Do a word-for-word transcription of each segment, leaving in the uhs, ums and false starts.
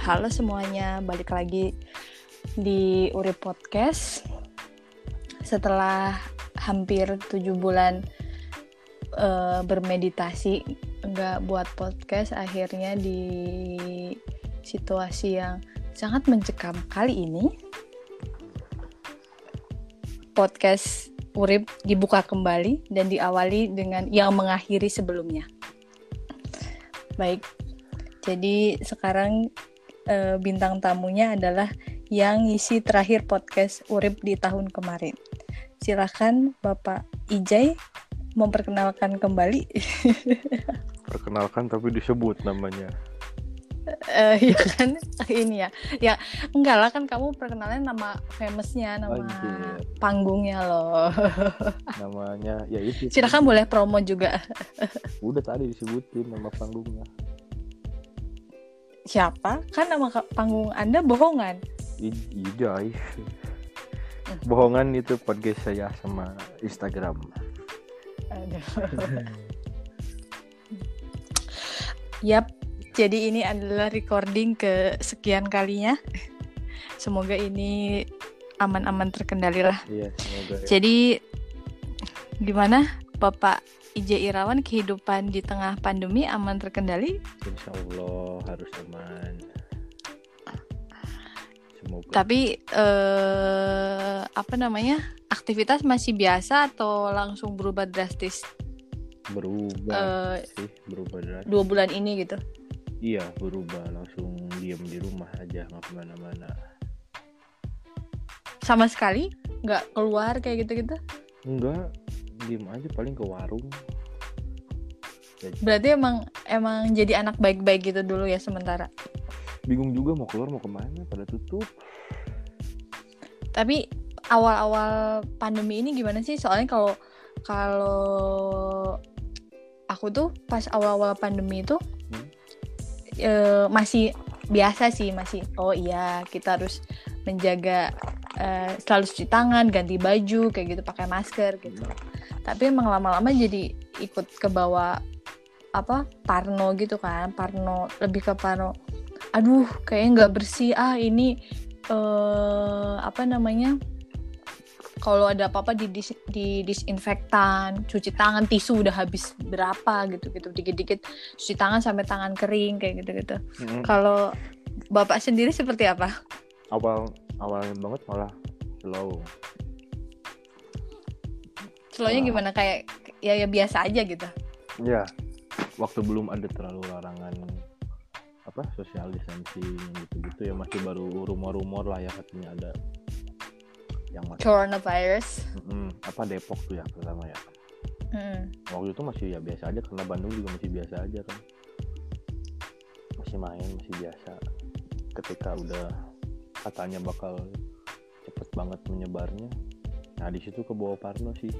Halo semuanya, balik lagi di Urip Podcast. Setelah hampir tujuh bulan uh, bermeditasi, nggak buat podcast, akhirnya di situasi yang sangat mencekam kali ini, podcast Urip dibuka kembali dan diawali dengan yang mengakhiri sebelumnya. Baik, jadi sekarang e, bintang tamunya adalah yang ngisi terakhir podcast Urip di tahun kemarin. Silakan Bapak Ijay memperkenalkan kembali. Perkenalkan tapi disebut namanya. Uh, ya kan ini ya ya enggak lah, kan kamu perkenalan nama famousnya, nama Anjir. Panggungnya loh. Namanya ya itu. Silakan boleh promo juga. Udah tadi disebutin nama panggungnya. Siapa? Kan nama panggung Anda bohongan. Ijay. Bohongan itu podcast saya sama Instagram. Aduh. Yap. Jadi ini adalah recording ke sekian kalinya. Semoga ini aman-aman terkendali lah. Iya, semoga ya. Jadi gimana Bapak Ijay Irawan, kehidupan di tengah pandemi aman terkendali? Insya Allah harus aman. Semoga. Tapi eh, apa namanya, aktivitas masih biasa atau langsung berubah drastis? Berubah eh, sih, berubah drastis. Dua bulan ini gitu? Iya, berubah, langsung diam di rumah aja, nggak kemana-mana. Sama sekali nggak keluar kayak gitu-gitu? Enggak, diem aja, paling ke warung. Jadi, berarti emang emang jadi anak baik-baik gitu dulu ya sementara? Bingung juga mau keluar mau kemana, pada tutup. Tapi awal-awal pandemi ini gimana sih? Soalnya kalau kalau aku tuh pas awal-awal pandemi itu hmm? e, masih biasa sih, masih oh iya kita harus menjaga e, selalu cuci tangan, ganti baju kayak gitu, pakai masker gitu. Hmm. Tapi emang lama-lama jadi ikut ke bawah apa parno gitu kan, parno, lebih ke parno. Aduh, kayaknya nggak bersih ah ini e, apa namanya? Kalau ada apa-apa di, dis, di disinfektan, cuci tangan, tisu udah habis berapa gitu-gitu, dikit-dikit cuci tangan sampai tangan kering kayak gitu-gitu. Mm-hmm. Kalau Bapak sendiri seperti apa? Awal awalnya banget malah slow. Slownya nah. Gimana? Kayak ya, ya biasa aja gitu. Ya, waktu belum ada terlalu larangan apa social distancing gitu-gitu ya, masih baru rumor-rumor lah ya katanya ada yang masih coronavirus. Mm-mm, apa Depok tuh ya pertama ya. Mm. Waktu itu masih ya biasa aja, karena Bandung juga masih biasa aja kan. Masih main, masih biasa. Ketika udah katanya bakal cepet banget menyebarnya, nah di situ ke bawah parno sih.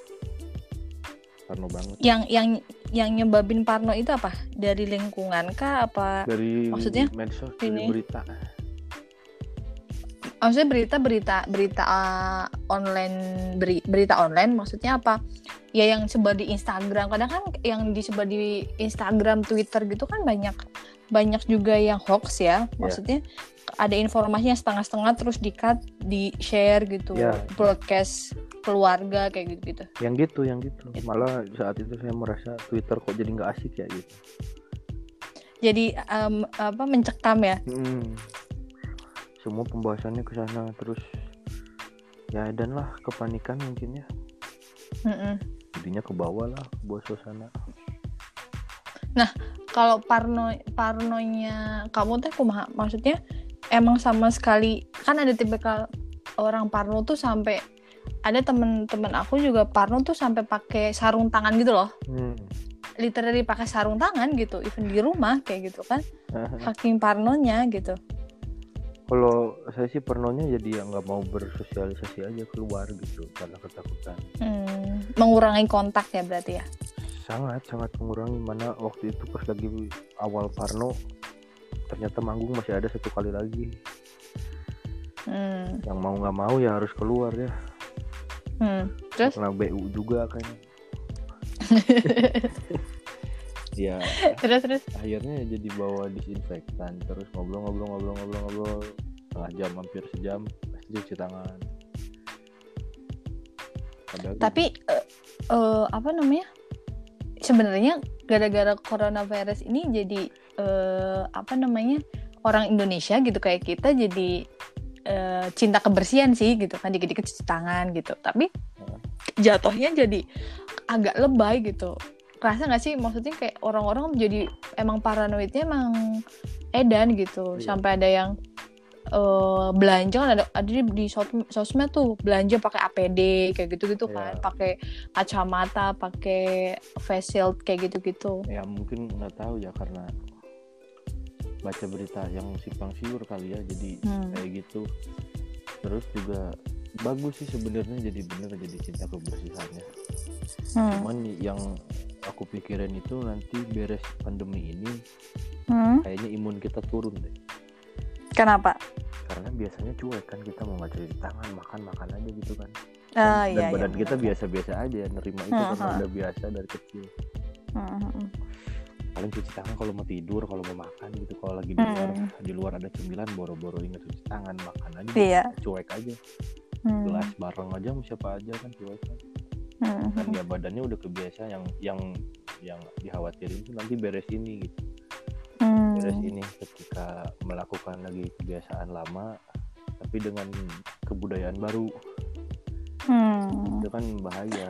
Parno banget. Yang yang yang nyebabin parno itu apa? Dari lingkungan kah apa? Dari maksudnya medsos, dari berita. Maksudnya berita-berita berita uh, online beri, berita online maksudnya apa? Ya yang sebar di Instagram. Kadang kan yang disebar di Instagram, Twitter gitu kan banyak banyak juga yang hoax ya. Maksudnya yeah. ada informasinya setengah-setengah terus di-cut, di-share gitu, yeah. broadcast keluarga kayak gitu-gitu. Yang gitu, yang gitu. Malah saat itu saya merasa Twitter kok jadi nggak asik ya gitu. Jadi um, apa mencekam ya? Hmm. Semua pembahasannya ke sana terus ya, dan lah kepanikan mungkin ya. Mm-mm. Jadinya ke bawah lah, ke bawah suasana. Nah, kalau parno parnonya kamu teh kumaha? Maksudnya emang sama sekali kan ada tipikal orang parno tuh sampai ada temen-temen aku juga parno tuh sampai pakai sarung tangan gitu loh. Hmm. Literally pakai sarung tangan gitu, even di rumah kayak gitu kan. Saking parnonya gitu. Kalau saya sih parnonya jadi yang nggak mau bersosialisasi aja keluar gitu karena ketakutan. Hmm, mengurangi kontak ya berarti ya? Sangat sangat mengurangi. Mana waktu itu pas lagi awal parno ternyata manggung masih ada satu kali lagi. Hmm. Yang mau nggak mau ya harus keluar ya. Hmm. Terus? Karena B U juga kayaknya. ya terus terus akhirnya jadi bawa disinfektan, terus ngobrol-ngobrol-ngobrol-ngobrol setengah jam hampir sejam pasti cuci tangan. Padahal tapi uh, uh, apa namanya, sebenarnya gara-gara coronavirus ini jadi uh, apa namanya, orang Indonesia gitu kayak kita jadi uh, cinta kebersihan sih gitu kan, dikit-dikit cuci tangan gitu, tapi hmm. jatuhnya jadi agak lebay gitu. Kerasa nggak sih, maksudnya kayak orang-orang jadi emang paranoidnya emang edan gitu. Iya. Sampai ada yang uh, belanja kan, ada ada di, di sosmed tuh belanja pakai A P D kayak gitu-gitu kan, iya. Pakai kacamata, pakai face shield kayak gitu-gitu. Ya mungkin nggak tahu ya, karena baca berita yang simpang siur kali ya, jadi hmm. kayak gitu. Terus juga bagus sih sebenarnya, jadi bener jadi cinta kebersihannya. Hmm. Cuman yang aku pikirin itu nanti beres pandemi ini hmm. kayaknya imun kita turun deh. Kenapa? Karena biasanya cuek kan, kita mau nggak cuci tangan, makan makan aja gitu kan. Uh, dan iya, badan iya, kita bener. biasa-biasa aja nerima itu uh-huh. karena udah biasa dari kecil. Uh-huh. Paling cuci tangan kalau mau tidur, kalau mau makan gitu. Kalau lagi di luar, uh-huh. di luar ada cemilan, boro-boro ingat cuci tangan, makan aja. Iya. Cuek aja. Uh-huh. Gelas bareng aja sama siapa aja kan cuek kan. Uh-huh. Dan ya badannya udah kebiasa, yang yang yang dikhawatirin itu nanti beres ini gitu. Hmm. Beres ini ketika melakukan lagi kebiasaan lama tapi dengan kebudayaan baru. Hmm. Itu kan bahaya.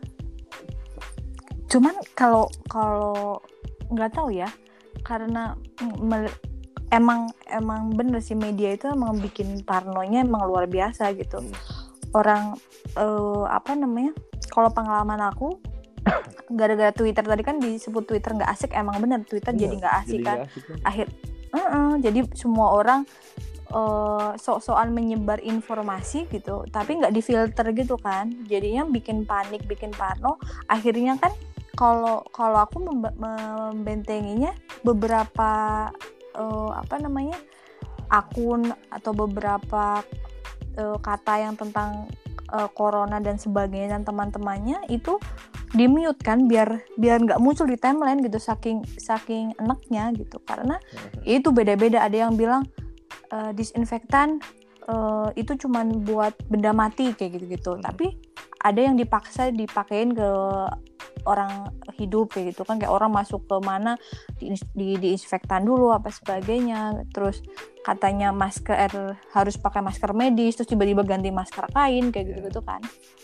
Cuman kalau kalau nggak tahu ya, karena me, emang emang bener sih, media itu emang bikin parnonya emang luar biasa gitu. Hmm. Orang uh, apa namanya? Kalau pengalaman aku gara-gara Twitter tadi kan disebut Twitter nggak asik, emang bener Twitter iya, jadi nggak asik jadi kan asik, kan akhir uh-uh, jadi semua orang uh, sok-sokan menyebar informasi gitu tapi nggak difilter gitu kan, jadinya bikin panik, bikin parno. Akhirnya kan kalau kalau aku memb- membentenginya beberapa uh, apa namanya akun atau beberapa uh, kata yang tentang uh, corona dan sebagainya dan teman-temannya itu di mute kan, biar biar nggak muncul di timeline gitu, saking saking enaknya gitu. Karena itu beda-beda, ada yang bilang uh, disinfektan uh, itu cuman buat benda mati kayak gitu-gitu, hmm. tapi ada yang dipaksa dipakein ke orang hidup kayak gitu kan, kayak orang masuk ke mana di, di diinfektan dulu apa sebagainya, terus katanya masker harus pakai masker medis, terus tiba-tiba ganti masker kain kayak gitu-gitu kan.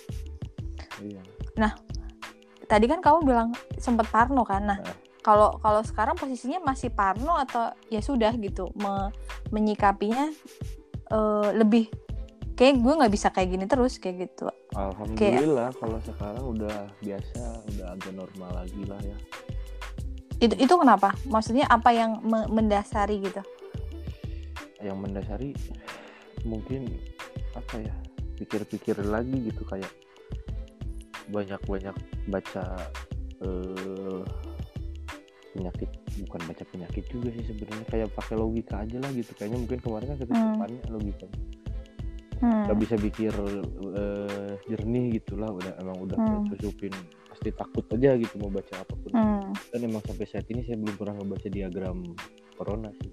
Iya. Nah, tadi kan kamu bilang sempat parno kan. Nah, kalau kalau sekarang posisinya masih parno atau ya sudah gitu me, menyikapinya uh, lebih kayak gue nggak bisa kayak gini terus kayak gitu. Alhamdulillah kayak, kalau sekarang udah biasa, udah agak normal lagi lah ya. Itu itu kenapa? Maksudnya apa yang me- mendasari gitu? Yang mendasari mungkin apa ya? Pikir-pikir lagi gitu, kayak banyak-banyak baca uh, penyakit, bukan baca penyakit juga sih sebenarnya, kayak pakai logika aja lah gitu. Kayaknya mungkin kemarin kan kedepannya hmm. logika hmm. gak bisa pikir uh, jernih gitulah, udah emang udah hmm. susupin, pasti takut aja gitu mau baca apapun. Hmm. Dan emang sampai saat ini saya belum pernah ngebaca diagram corona sih.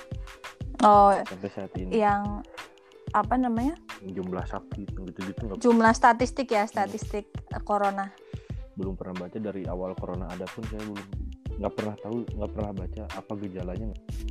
Oh, sampai saat ini. Yang apa namanya? Jumlah sakit gitu-gitu nggak. Jumlah statistik ya, statistik hmm. corona. Belum pernah baca dari awal corona ada pun saya belum, nggak pernah tahu, nggak pernah baca apa gejalanya.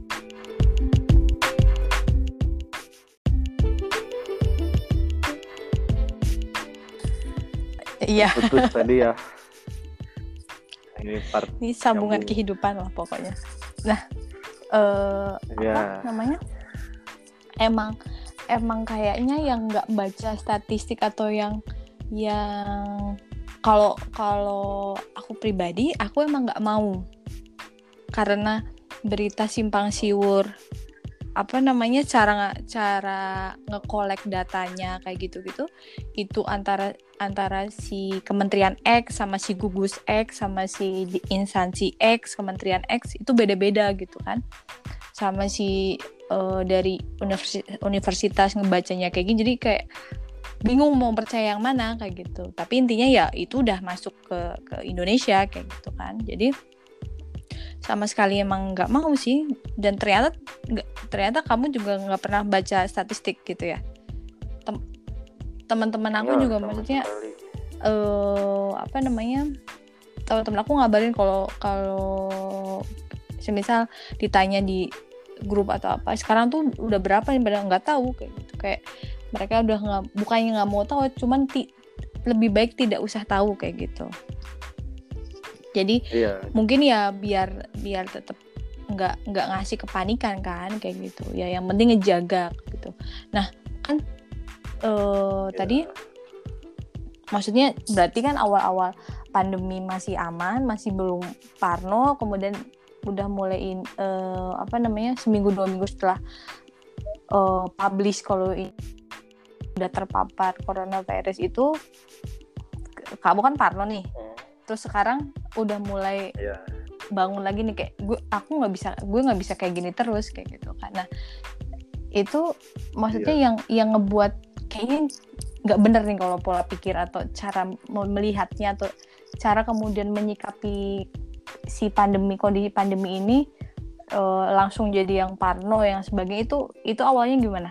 Iya. Putus tadi ya. Ini part. Ini sambungan nyambung. Kehidupan lah pokoknya. Nah, uh, ya. apa namanya? Emang emang kayaknya yang nggak baca statistik atau yang yang kalau kalau aku pribadi aku emang nggak mau, karena berita simpang siur apa namanya cara cara ngekolek datanya kayak gitu-gitu itu antara antara si Kementerian X sama si gugus X sama si instansi X Kementerian X itu beda-beda gitu kan, sama si uh, dari universitas, universitas ngebacanya kayak gini, jadi kayak bingung mau percaya yang mana kayak gitu. Tapi intinya ya itu udah masuk ke ke Indonesia kayak gitu kan, jadi sama sekali emang nggak mau sih. Dan ternyata nggak, ternyata kamu juga nggak pernah baca statistik gitu ya. Tem- teman-teman aku Nggak, juga sama maksudnya sekali. eh apa namanya, teman-teman aku ngabarin kalau kalau semisal ditanya di grup atau apa, sekarang tuh udah berapa nih, padahal nggak tahu kayak gitu. Kayak mereka udah nggak, bukannya nggak mau tahu, cuman ti- lebih baik tidak usah tahu kayak gitu. Jadi Iya. mungkin ya biar biar tetap nggak nggak ngasih kepanikan kan kayak gitu ya, yang penting ngejaga gitu. Nah kan eh, Ya. tadi maksudnya berarti kan awal-awal pandemi masih aman, masih belum parno, kemudian udah mulai uh, apa namanya seminggu dua minggu setelah uh, publish kalau ini udah terpapar coronavirus itu, kamu kan parno nih, hmm. terus sekarang udah mulai yeah. bangun lagi nih kayak gue, aku nggak bisa, gue nggak bisa kayak gini terus kayak gitu. Karena itu maksudnya yeah. yang yang ngebuat kayaknya nggak bener nih kalau pola pikir atau cara melihatnya atau cara kemudian menyikapi si pandemi, kondisi pandemi ini uh, langsung jadi yang parno yang sebagainya. Itu itu awalnya gimana?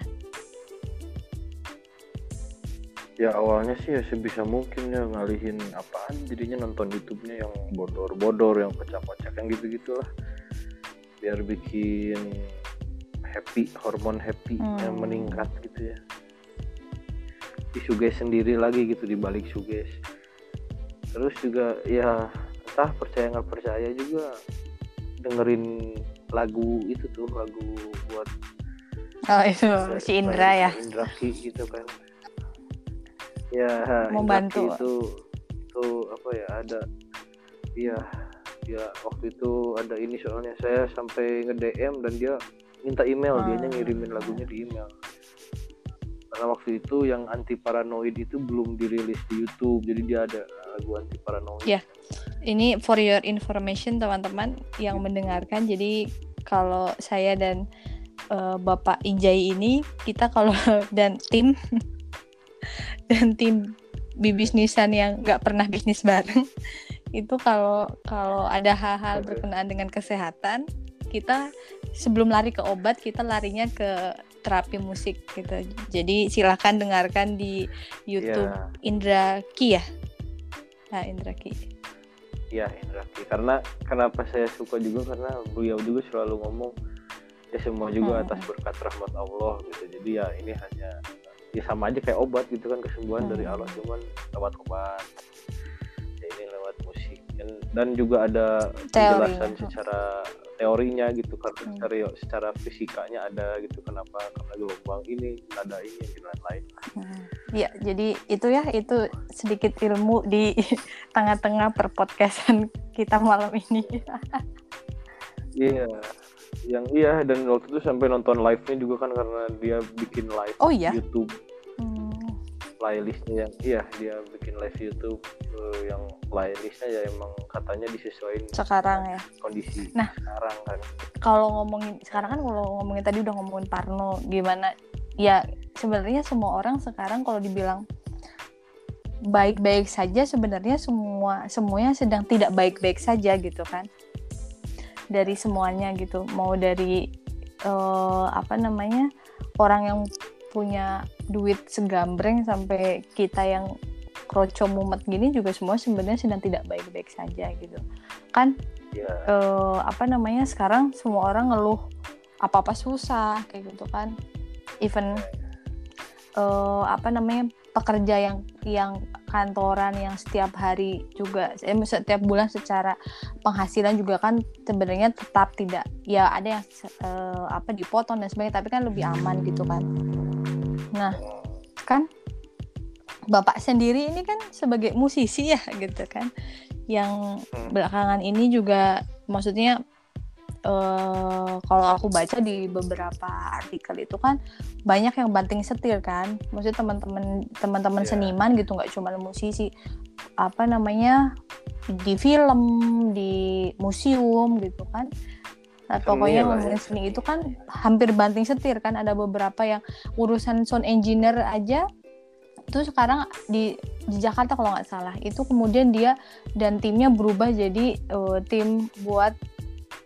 Ya awalnya sih ya sebisa mungkin ya ngalihin apaan, jadinya nonton YouTube-nya yang bodor-bodor, yang kocak-kocak, yang gitu-gitulah, biar bikin happy, hormon happy hmm. yang meningkat gitu ya. Disuges sendiri lagi gitu, dibalik suges. Terus juga ya entah percaya nggak percaya juga dengerin lagu itu tuh, lagu buat oh itu uh, si Indra ya, Indra Ki gitu kan ya, membantu itu itu apa ya, ada iya ya waktu itu ada ini, soalnya saya sampai nge-D M dan dia minta email, hmm. dianya ngirimin lagunya di email. Karena waktu itu yang anti paranoid itu belum dirilis di YouTube, jadi dia ada lagu anti paranoid. Ya, yeah. Ini for your information teman-teman yang mendengarkan. Jadi kalau saya dan uh, Bapak Ijai ini, kita kalau dan tim dan tim bibisnisan yang nggak pernah bisnis bareng, itu kalau kalau ada hal-hal berkenaan dengan kesehatan, kita sebelum lari ke obat, kita larinya ke terapi musik gitu. Jadi silakan dengarkan di YouTube yeah. Indra Ki ya. Nah, Indra Ki. Iya, Indra Ki. Karena kenapa saya suka juga, karena beliau juga selalu ngomong ya semua juga hmm. atas berkat rahmat Allah gitu. Jadi ya ini hanya ya sama aja kayak obat gitu kan, kesembuhan hmm. dari Allah, cuman lewat obat. Ya ini lewat musik. Dan, dan juga ada penjelasan secara teorinya gitu, karena hmm. secara, secara fisikanya ada gitu, kenapa, karena gelombang ini, nada ini, dan lain-lain. Hmm. Ya, jadi itu ya, itu sedikit ilmu di tengah-tengah perpodcastan kita malam ini. Iya, yang iya, dan waktu itu sampai nonton live-nya juga kan, karena dia bikin live oh, iya? YouTube. Hmm. Playlistnya yang iya, dia bikin live YouTube uh, yang playlistnya ya emang katanya disesuaikan sekarang ya kondisi nah, sekarang kan. Kalau ngomongin sekarang kan, kalau ngomongin tadi udah ngomongin parno gimana ya, sebenarnya semua orang sekarang kalau dibilang baik-baik saja, sebenarnya semua semuanya sedang tidak baik-baik saja gitu kan, dari semuanya gitu, mau dari uh, apa namanya orang yang punya duit segambreng sampai kita yang kroco mumet gini juga, semua sebenarnya sedang tidak baik-baik saja gitu kan. Yeah. Uh, apa namanya sekarang semua orang ngeluh apa-apa susah kayak gitu kan, even uh, apa namanya pekerja yang yang kantoran yang setiap hari juga eh, setiap bulan secara penghasilan juga kan sebenarnya tetap tidak ya, ada yang uh, apa dipotong dan sebagainya, tapi kan lebih aman gitu kan. Nah kan Bapak sendiri ini kan sebagai musisi ya gitu kan, yang belakangan ini juga maksudnya uh, kalau aku baca di beberapa artikel itu kan banyak yang banting setir kan, maksudnya teman-teman teman-teman yeah. seniman gitu, nggak cuma musisi, apa namanya di film, di museum gitu kan. Nah, pokoknya ngomongin seni itu kan hampir banting setir kan, ada beberapa yang urusan sound engineer aja itu sekarang di di Jakarta kalau nggak salah, itu kemudian dia dan timnya berubah jadi uh, tim buat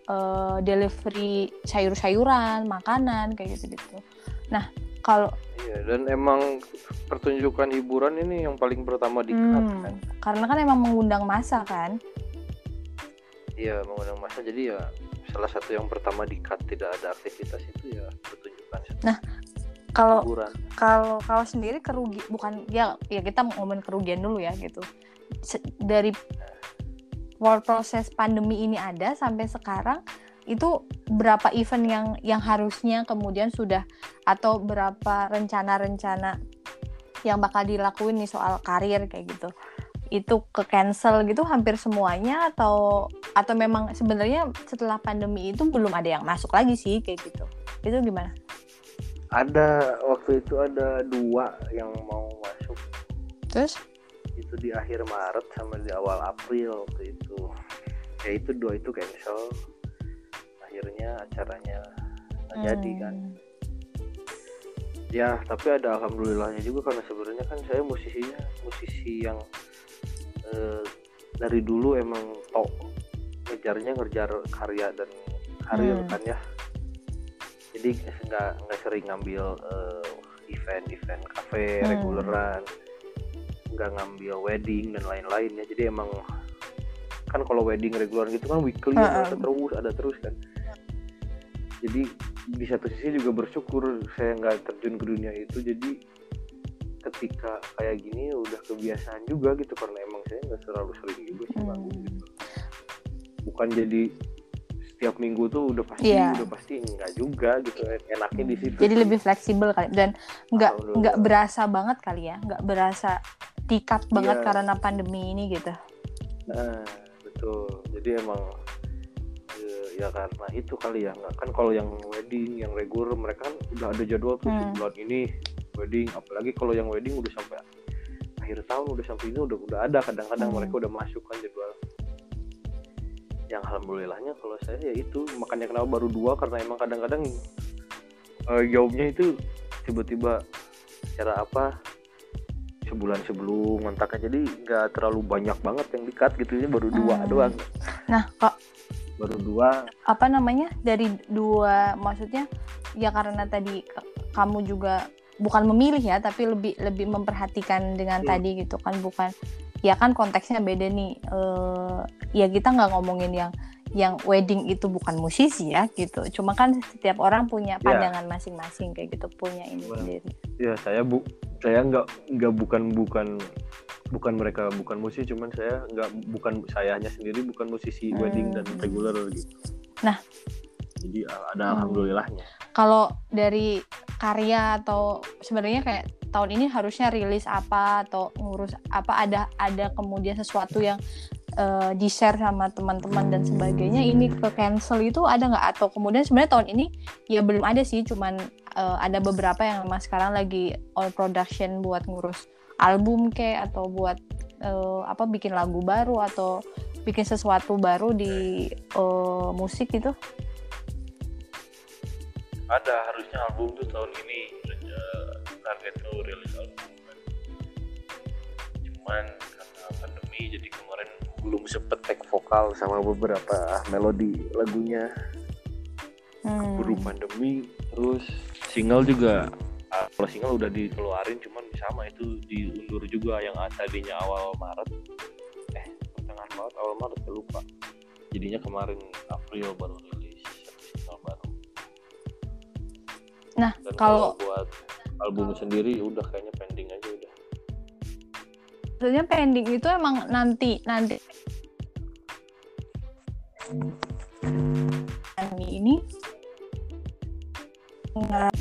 uh, delivery sayur-sayuran, makanan kayak gitu-gitu. Nah, kalau iya, dan emang pertunjukan hiburan ini yang paling pertama di-cut hmm, kan. Karena kan emang mengundang massa kan. Iya, mengundang massa, jadi ya salah satu yang pertama di-cut tidak ada aktivitas itu ya pertunjukan. Nah, kalau hiburan. kalau kalau sendiri kerugi bukan ya ya kita ngomongin kerugian dulu ya gitu. Dari proses pandemi ini ada sampai sekarang itu berapa event yang yang harusnya kemudian sudah atau berapa rencana-rencana yang bakal dilakuin nih soal karir kayak gitu itu ke cancel gitu hampir semuanya atau atau memang sebenarnya setelah pandemi itu belum ada yang masuk lagi sih kayak gitu, itu gimana? Ada waktu itu ada dua yang mau masuk. Terus? Itu di akhir Maret sama di awal April waktu itu. Ya itu dua itu cancel. Akhirnya acaranya nggak hmm. jadi kan. Ya tapi ada alhamdulillahnya juga karena sebenarnya kan saya musisinya musisi yang eh, dari dulu emang tok ngejarnya ngejar karya dan karir hmm. kan ya. Jadi nggak nggak sering ngambil uh, event-event kafe hmm. reguleran, nggak ngambil wedding dan lain-lain ya. Jadi emang kan kalau wedding reguleran gitu kan weekly uh-uh. ada terus ada terus kan. Jadi di satu sisi juga bersyukur saya nggak terjun ke dunia itu. Jadi ketika kayak gini udah kebiasaan juga gitu karena emang saya nggak terlalu sering juga sih manggung hmm. gitu. Bukan jadi tiap minggu tuh udah pasti yeah. udah pasti enggak juga gitu, enaknya di situ. Jadi lebih fleksibel kali dan nggak nggak berasa banget kali ya, nggak berasa tikat banget yeah. karena pandemi ini gitu. Nah betul, jadi emang ya, ya karena itu kali ya, nggak kan kalau yang wedding yang reguler mereka kan udah ada jadwal tuh hmm. bulan ini wedding, apalagi kalau yang wedding udah sampai akhir tahun udah sampai ini udah udah ada kadang-kadang hmm. mereka udah masuk kan jadwal. Yang alhamdulillahnya kalau saya ya itu makanya kenapa baru dua karena emang kadang-kadang uh, jawabnya itu tiba-tiba cara apa sebulan sebelum ngontaknya jadi nggak terlalu banyak banget yang di-cut gitu ya baru dua hmm. doang. Nah kok baru dua apa namanya dari dua maksudnya ya karena tadi kamu juga bukan memilih ya tapi lebih lebih memperhatikan dengan hmm. tadi gitu kan bukan ya kan konteksnya beda nih uh, ya kita nggak ngomongin yang yang wedding itu bukan musisi ya gitu cuma kan setiap orang punya pandangan ya. Masing-masing kayak gitu punya ini well, sendiri ya saya bu saya nggak nggak bukan bukan bukan mereka bukan musisi cuman saya nggak bukan sayanya sendiri bukan musisi hmm. wedding dan regular gitu nah jadi ada hmm. alhamdulillahnya kalau dari karya atau sebenarnya kayak tahun ini harusnya rilis apa atau ngurus apa ada ada kemudian sesuatu yang uh, di-share sama teman-teman dan sebagainya ini ke cancel itu ada nggak atau kemudian sebenarnya tahun ini ya belum ada sih cuman uh, ada beberapa yang mas sekarang lagi all production buat ngurus album kayak atau buat uh, apa bikin lagu baru atau bikin sesuatu baru di uh, musik gitu ada harusnya album tuh tahun ini target tuh rilis album kan. Cuman karena pandemi jadi kemarin belum sempet take vokal sama beberapa melodi lagunya hmm. keburu pandemi terus single juga kalau single udah dikeluarin cuman sama itu diundur juga yang tadinya awal Maret eh pertengahan Maret awal Maret ya lupa jadinya kemarin April baru rilis single baru. Nah dan kalau buat album sendiri udah kayaknya pending aja udah. Sebenarnya pending itu emang nanti nanti ini nggak